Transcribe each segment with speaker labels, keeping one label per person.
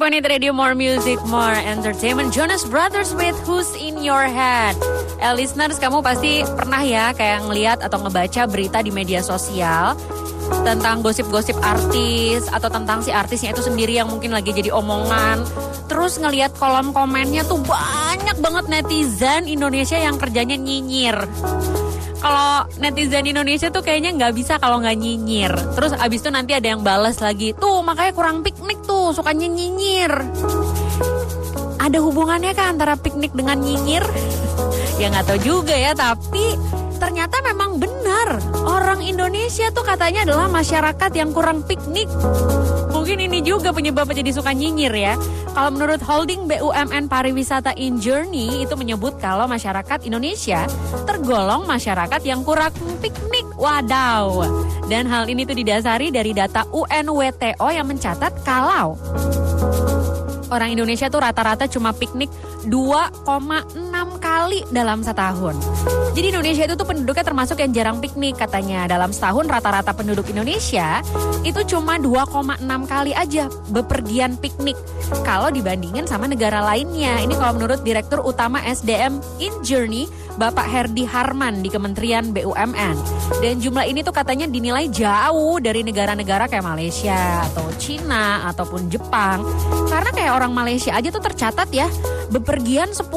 Speaker 1: 90.8 Radio, more music, more entertainment. Jonas Brothers with Who's in Your Head. Listeners, kamu pasti pernah ya kayak ngelihat atau ngebaca berita di media sosial tentang gosip-gosip artis atau tentang si artisnya itu sendiri yang mungkin lagi jadi omongan. Terus ngelihat kolom komennya tuh banyak banget netizen Indonesia yang kerjanya nyinyir. Kalau netizen Indonesia tuh kayaknya nggak bisa kalau nggak nyinyir. Terus abis itu nanti ada yang balas lagi. Tuh makanya kurang piknik tuh, sukanya nyinyir. Ada hubungannya kah antara piknik dengan nyinyir? Ya nggak tahu juga ya, tapi ternyata memang benar. Orang Indonesia tuh katanya adalah masyarakat yang kurang piknik. Mungkin ini juga penyebabnya jadi suka nyinyir ya. Kalau menurut Holding BUMN Pariwisata in Journey itu menyebut kalau masyarakat Indonesia tergolong masyarakat yang kurang piknik. Wadaw. Dan hal ini tuh didasari dari data UNWTO yang mencatat kalau orang Indonesia tuh rata-rata cuma piknik 2,6 kali dalam setahun. Jadi Indonesia itu tuh penduduknya termasuk yang jarang piknik katanya. Dalam setahun rata-rata penduduk Indonesia itu cuma 2,6 kali aja bepergian piknik kalau dibandingin sama negara lainnya. Ini kalau menurut Direktur Utama SDM in Journey, Bapak Herdi Harman di Kementerian BUMN. Dan jumlah ini tuh katanya dinilai jauh dari negara-negara kayak Malaysia atau Cina ataupun Jepang. Karena kayak orang Malaysia aja tuh tercatat ya bepergian 10,3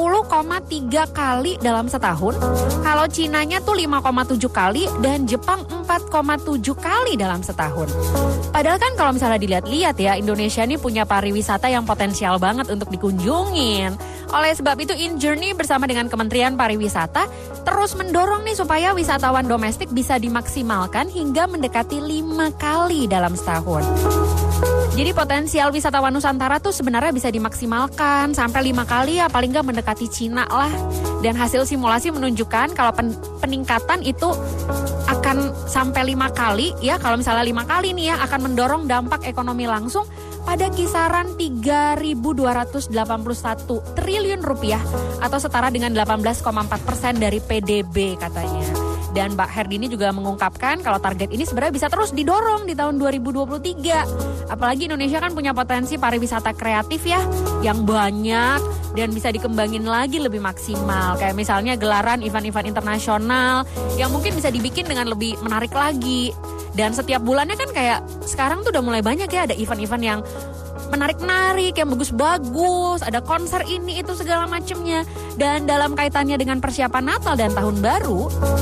Speaker 1: kali dalam setahun. Kalau Cinanya tuh 5,7 kali dan Jepang 4,7 kali dalam setahun. Padahal kan kalau misalnya dilihat-lihat ya, Indonesia ini punya pariwisata yang potensial banget untuk dikunjungin. Oleh sebab itu In Journey bersama dengan Kementerian Pariwisata terus mendorong nih supaya wisatawan domestik bisa dimaksimalkan hingga mendekati 5 kali dalam setahun. Jadi potensial wisatawan Nusantara tuh sebenarnya bisa dimaksimalkan sampai 5 kali ya, paling nggak mendekati Cina lah. Dan hasil simulasi menunjukkan kalau peningkatan itu akan sampai 5 kali ya. Kalau misalnya 5 kali nih ya akan mendorong dampak ekonomi langsung pada kisaran 3.281 triliun rupiah atau setara dengan 18,4% dari PDB katanya. Dan Mbak Herdi ini juga mengungkapkan kalau target ini sebenarnya bisa terus didorong di tahun 2023. Apalagi Indonesia kan punya potensi pariwisata kreatif ya, yang banyak dan bisa dikembangin lagi lebih maksimal. Kayak misalnya gelaran event-event internasional yang mungkin bisa dibikin dengan lebih menarik lagi. Dan setiap bulannya kan kayak sekarang tuh udah mulai banyak ya ada event-event yang menarik-menarik, yang bagus-bagus, ada konser ini itu segala macemnya. Dan dalam kaitannya dengan persiapan Natal dan Tahun Baru,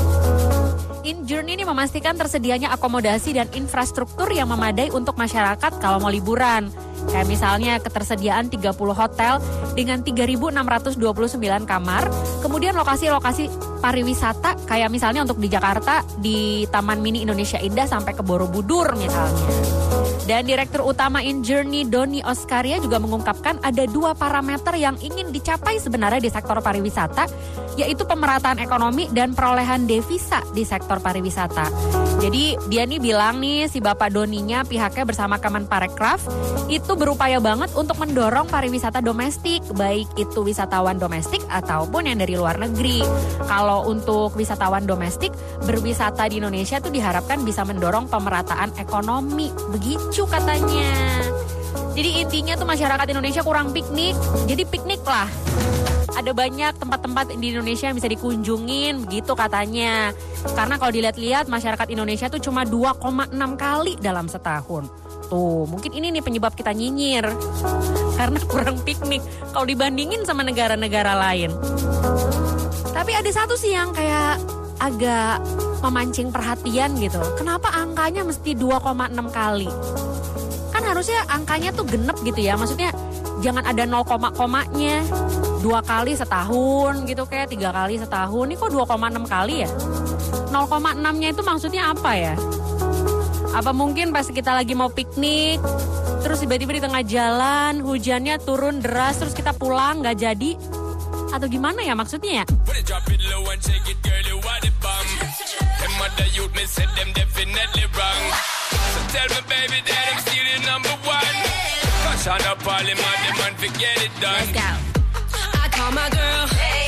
Speaker 1: In Journey ini memastikan tersedianya akomodasi dan infrastruktur yang memadai untuk masyarakat kalau mau liburan. Kayak misalnya ketersediaan 30 hotel dengan 3.629 kamar. Kemudian lokasi-lokasi pariwisata kayak misalnya untuk di Jakarta di Taman Mini Indonesia Indah sampai ke Borobudur misalnya. Dan Direktur Utama In Journey Doni Oskaria juga mengungkapkan ada 2 parameter yang ingin dicapai sebenarnya di sektor pariwisata, yaitu pemerataan ekonomi dan perolehan devisa di sektor pariwisata. Jadi dia nih bilang nih si Bapak Doninya pihaknya bersama Kemenparekraf itu berupaya banget untuk mendorong pariwisata domestik, baik itu wisatawan domestik ataupun yang dari luar negeri. Kalau untuk wisatawan domestik, berwisata di Indonesia tuh diharapkan bisa mendorong pemerataan ekonomi, begitu katanya. Jadi intinya tuh masyarakat Indonesia kurang piknik, jadi piknik lah. Ada banyak tempat-tempat di Indonesia yang bisa dikunjungin, begitu katanya. Karena kalau dilihat-lihat masyarakat Indonesia tuh cuma 2,6 kali dalam setahun. Tuh, mungkin ini nih penyebab kita nyinyir. Karena kurang piknik kalau dibandingin sama negara-negara lain. Tapi ada satu sih yang kayak agak memancing perhatian gitu. Kenapa angkanya mesti 2,6 kali? Kan harusnya angkanya tuh genep gitu ya. Maksudnya jangan ada 0 komanya. 2 kali setahun gitu kayak 3 kali setahun. Ini kok 2,6 kali ya? 0,6-nya itu maksudnya apa ya? Apa mungkin pas kita lagi mau piknik, terus tiba-tiba di tengah jalan hujannya turun deras terus kita pulang gak jadi? Atau gimana ya maksudnya ya?
Speaker 2: Call my girl, hey.